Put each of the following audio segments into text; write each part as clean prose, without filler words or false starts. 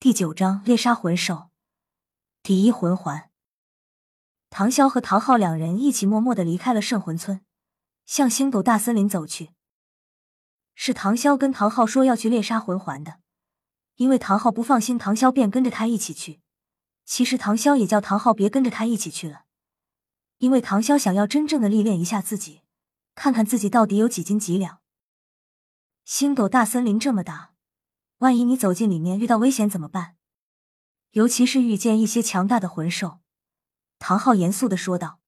第9章猎杀魂兽第1魂环。唐潇和唐昊两人一起默默地离开了圣魂村，向星斗大森林走去。是唐潇跟唐昊说要去猎杀魂环的，因为唐昊不放心唐潇，便跟着他一起去。其实唐潇也叫唐昊别跟着他一起去了，因为唐潇想要真正的历练一下自己，看看自己到底有几斤几两。星斗大森林这么大，万一你走进里面遇到危险怎么办？尤其是遇见一些强大的魂兽。唐昊严肃地说道。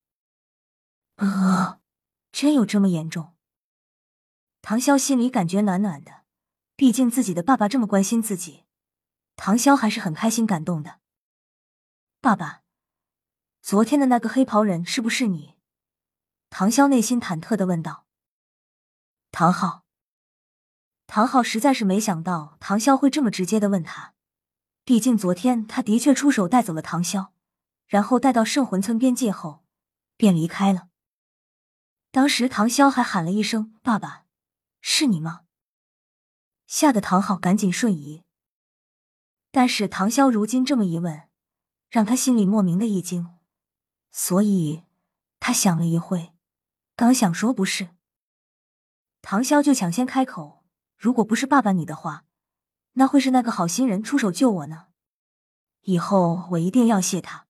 真有这么严重？唐潇心里感觉暖暖的，毕竟自己的爸爸这么关心自己，唐潇还是很开心感动的。爸爸，昨天的那个黑袍人是不是你？唐潇内心忐忑地问道。唐昊实在是没想到唐潇会这么直接地问他，毕竟昨天他的确出手带走了唐潇，然后带到圣魂村边界后便离开了。当时唐潇还喊了一声爸爸，是你吗？吓得唐昊赶紧瞬移。但是唐潇如今这么一问，让他心里莫名的一惊，所以他想了一会，刚想说不是，唐潇就抢先开口，如果不是爸爸你的话，那会是那个好心人出手救我呢，以后我一定要谢他。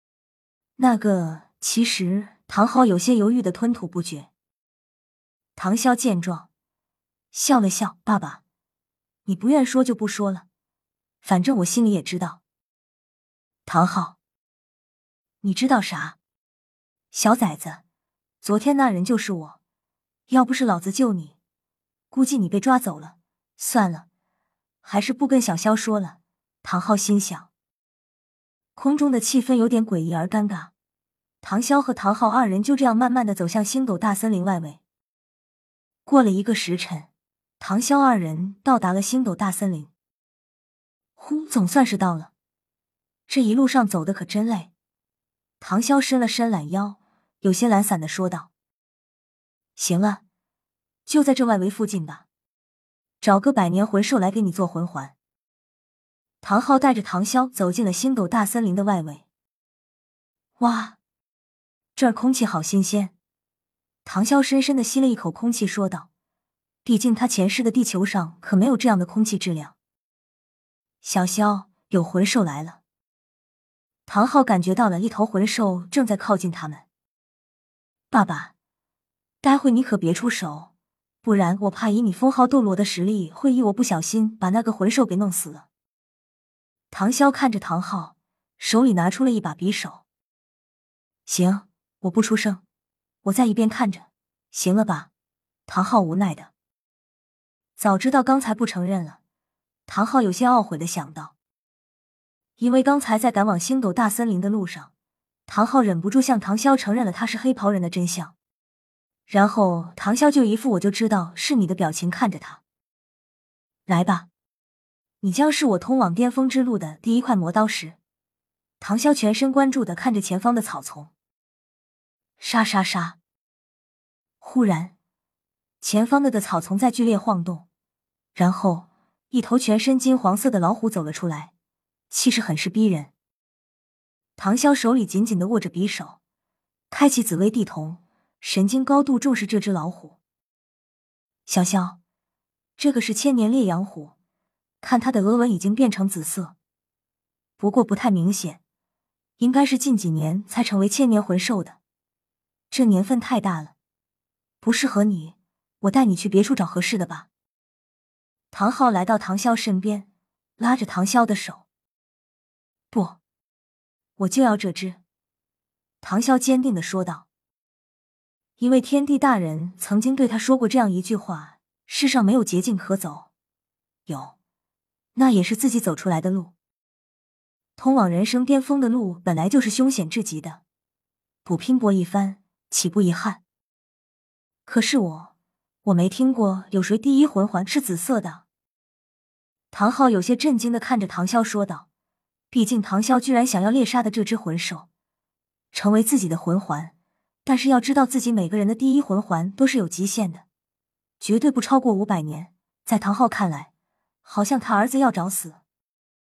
其实唐昊有些犹豫的吞吐不绝。唐潇见状笑了笑，爸爸，你不愿说就不说了，反正我心里也知道。唐昊，你知道啥？小崽子，昨天那人就是我，要不是老子救你，估计你被抓走了。算了，还是不跟小潇说了。唐昊心想。空中的气氛有点诡异而尴尬，唐潇和唐昊二人就这样慢慢地走向星斗大森林外围。过了1个时辰，唐潇二人到达了星斗大森林。总算是到了。这一路上走的可真累。唐潇伸了伸懒腰，有些懒散地说道。行了，就在这外围附近吧，找个百年魂兽来给你做魂环。唐昊带着唐潇走进了星斗大森林的外围。哇，这儿空气好新鲜。唐潇深深地吸了一口空气说道，毕竟他前世的地球上可没有这样的空气质量。小潇，有魂兽来了。唐昊感觉到了一头魂兽正在靠近他们。爸爸，待会你可别出手，不然我怕以你封号斗罗的实力，会一不小心把那个魂兽给弄死了。唐潇看着唐昊，手里拿出了一把匕首。行，我不出声，我在一边看着，行了吧？唐昊无奈的。早知道刚才不承认了，唐昊有些懊悔的想到。因为刚才在赶往星斗大森林的路上，唐昊忍不住向唐潇承认了他是黑袍人的真相，然后唐潇就一副我就知道是你的表情看着他。来吧，你将是我通往巅峰之路的第1块磨刀石。唐潇全神贯注地看着前方的草丛。沙沙沙。忽然，前方的草丛在剧烈晃动，然后一头全身金黄色的老虎走了出来，气势很是逼人。唐潇手里紧紧地握着匕首，开启紫薇地瞳，神经高度重视这只老虎。小潇，这个是千年烈阳虎，看它的额纹已经变成紫色，不过不太明显，应该是近几年才成为千年魂兽的，这年份太大了，不适合你，我带你去别处找合适的吧。唐昊来到唐潇身边，拉着唐潇的手。不，我就要这只。唐潇坚定地说道。因为天帝大人曾经对他说过这样一句话，世上没有捷径可走，有，那也是自己走出来的路。通往人生巅峰的路本来就是凶险至极的，不拼搏一番，岂不遗憾？可是我没听过有谁第1魂环是紫色的。唐昊有些震惊地看着唐潇说道，毕竟唐潇居然想要猎杀的这只魂兽成为自己的魂环，但是要知道自己每个人的第1魂环都是有极限的，绝对不超过500年，在唐昊看来，好像他儿子要找死。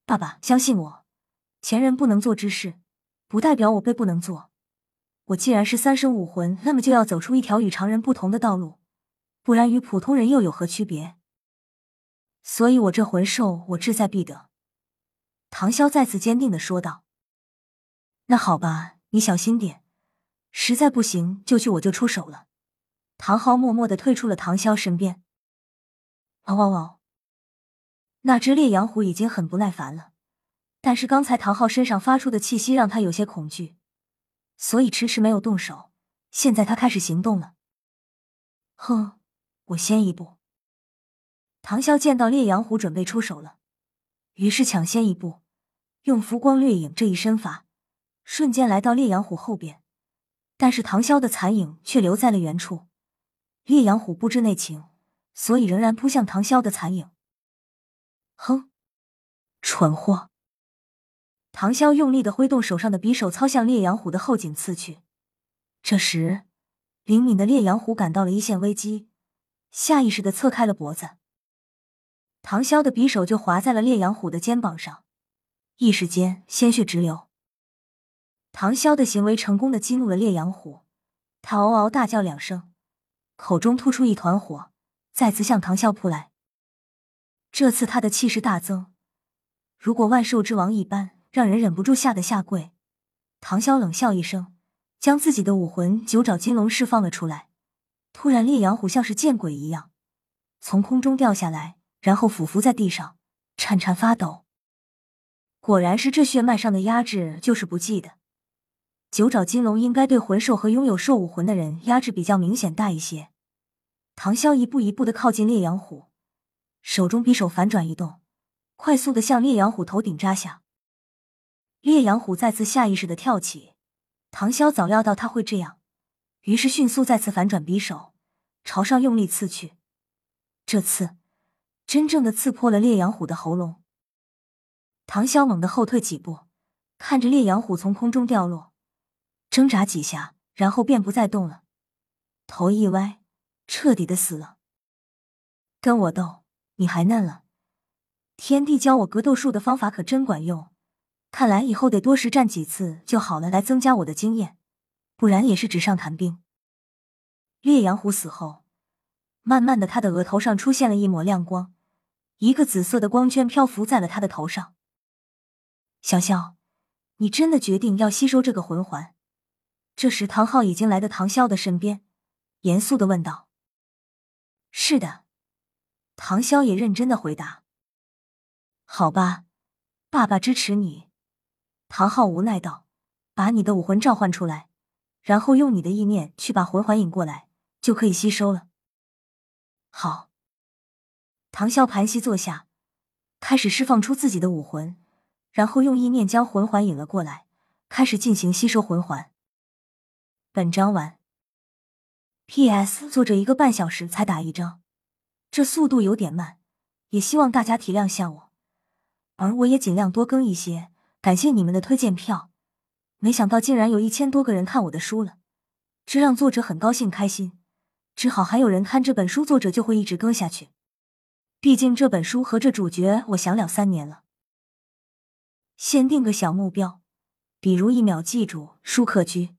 爸爸，相信我，前人不能做之事，不代表我辈不能做。我既然是三生武魂，那么就要走出一条与常人不同的道路，不然与普通人又有何区别？所以我这魂兽，我志在必得。唐潇再次坚定地说道。那好吧，你小心点，实在不行就去我就出手了。唐昊默默地退出了唐潇身边。嗷嗷嗷！那只烈阳虎已经很不耐烦了，但是刚才唐昊身上发出的气息让他有些恐惧，所以迟迟没有动手。现在他开始行动了。哼，我先一步。唐潇见到烈阳虎准备出手了，于是抢先一步，用浮光掠影这一身法，瞬间来到烈阳虎后边。但是唐潇的残影却留在了原处。烈阳虎不知内情，所以仍然扑向唐潇的残影。哼，蠢货！唐潇用力地挥动手上的匕首，操向烈阳虎的后颈刺去。这时，灵敏的烈阳虎感到了一线危机，下意识地侧开了脖子。唐潇的匕首就划在了烈阳虎的肩膀上，一时间鲜血直流。唐潇的行为成功地激怒了烈阳虎，他嗷嗷大叫两声，口中吐出一团火，再次向唐潇扑来。这次他的气势大增，如果万兽之王一般，让人忍不住吓得下跪。唐潇冷笑一声，将自己的武魂九爪金龙释放了出来。突然烈阳虎像是见鬼一样，从空中掉下来，然后俯伏在地上，颤颤发抖。果然是这血脉上的压制就是不济的。九爪金龙应该对魂兽和拥有兽武魂的人压制比较明显大一些。唐潇一步一步地靠近烈阳虎，手中匕首反转一动，快速地向烈阳虎头顶扎下。烈阳虎再次下意识地跳起，唐潇早料到他会这样，于是迅速再次反转匕首，朝上用力刺去。这次真正的刺破了烈阳虎的喉咙。唐潇猛地后退几步，看着烈阳虎从空中掉落，挣扎几下，然后便不再动了，头一歪，彻底的死了。跟我斗，你还嫩了。天帝教我格斗术的方法可真管用，看来以后得多实战几次就好了，来增加我的经验，不然也是纸上谈兵。烈阳虎死后，慢慢的他的额头上出现了一抹亮光，一个紫色的光圈漂浮在了他的头上。小萧，你真的决定要吸收这个魂环？这时唐昊已经来到唐潇的身边，严肃地问道。是的，唐潇也认真地回答。好吧，爸爸支持你。唐昊无奈道，把你的武魂召唤出来，然后用你的意念去把魂环引过来，就可以吸收了。好。唐潇盘膝坐下，开始释放出自己的武魂，然后用意念将魂环引了过来，开始进行吸收魂环。本章完。PS 作者1个半小时才打一章，这速度有点慢，也希望大家体谅下我。而我也尽量多更一些，感谢你们的推荐票。没想到竟然有1000多个人看我的书了，这让作者很高兴开心，只好还有人看这本书，作者就会一直更下去。毕竟这本书和这主角我想了3年了。先定个小目标，比如1秒记住舒克居。